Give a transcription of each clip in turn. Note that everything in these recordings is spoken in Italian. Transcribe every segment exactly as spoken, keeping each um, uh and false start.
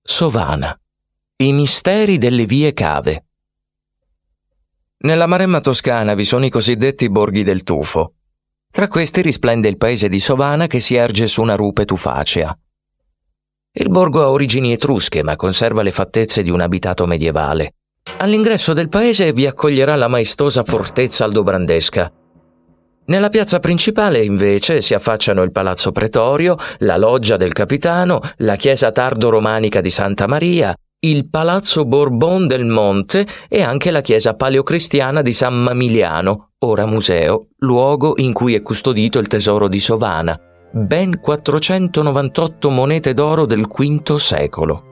Sovana. I misteri delle vie cave. Nella Maremma toscana vi sono i cosiddetti borghi del tufo. Tra questi risplende il paese di Sovana che si erge su una rupe tufacea. Il borgo ha origini etrusche ma conserva le fattezze di un abitato medievale. All'ingresso del paese vi accoglierà la maestosa fortezza aldobrandesca. Nella piazza principale, invece, si affacciano il Palazzo Pretorio, la Loggia del Capitano, la chiesa tardo-romanica di Santa Maria, il Palazzo Bourbon del Monte e anche la chiesa paleocristiana di San Mamiliano, ora museo, luogo in cui è custodito il tesoro di Sovana, ben quattrocentonovantotto monete d'oro del quinto secolo.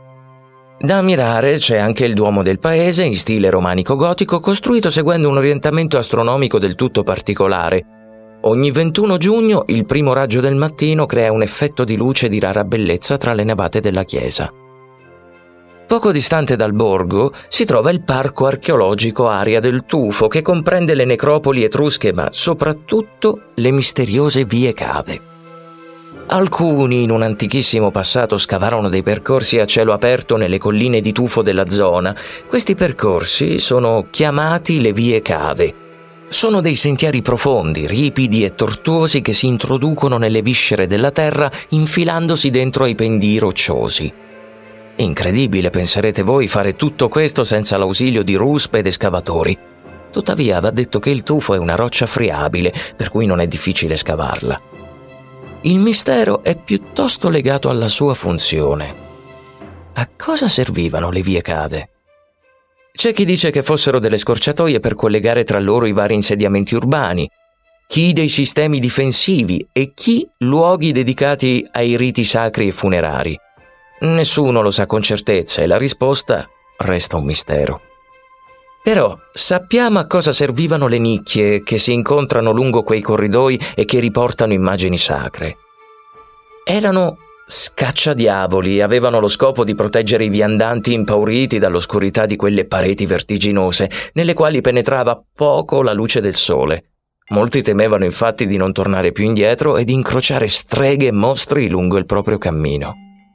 Da ammirare c'è anche il Duomo del paese in stile romanico-gotico costruito seguendo un orientamento astronomico del tutto particolare. Ogni ventuno giugno il primo raggio del mattino crea un effetto di luce di rara bellezza tra le navate della chiesa. Poco distante dal borgo si trova il parco archeologico Aria del Tufo che comprende le necropoli etrusche ma soprattutto le misteriose vie cave. Alcuni in un antichissimo passato scavarono dei percorsi a cielo aperto nelle colline di tufo della zona. Questi percorsi sono chiamati le vie cave. Sono dei sentieri profondi, ripidi e tortuosi che si introducono nelle viscere della terra infilandosi dentro ai pendii rocciosi. Incredibile, penserete voi, fare tutto questo senza l'ausilio di ruspe ed escavatori. Tuttavia va detto che il tufo è una roccia friabile, per cui non è difficile scavarla. Il mistero è piuttosto legato alla sua funzione. A cosa servivano le vie cave? C'è chi dice che fossero delle scorciatoie per collegare tra loro i vari insediamenti urbani, chi dei sistemi difensivi e chi luoghi dedicati ai riti sacri e funerari. Nessuno lo sa con certezza e la risposta resta un mistero. Però sappiamo a cosa servivano le nicchie che si incontrano lungo quei corridoi e che riportano immagini sacre. Erano scacciadiavoli e avevano lo scopo di proteggere i viandanti impauriti dall'oscurità di quelle pareti vertiginose, nelle quali penetrava poco la luce del sole. Molti temevano infatti di non tornare più indietro e di incrociare streghe e mostri lungo il proprio cammino.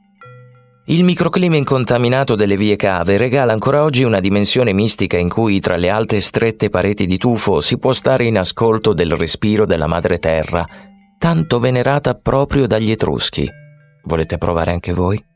Il microclima incontaminato delle vie cave regala ancora oggi una dimensione mistica in cui tra le alte e strette pareti di tufo si può stare in ascolto del respiro della madre terra, tanto venerata proprio dagli Etruschi. Volete provare anche voi?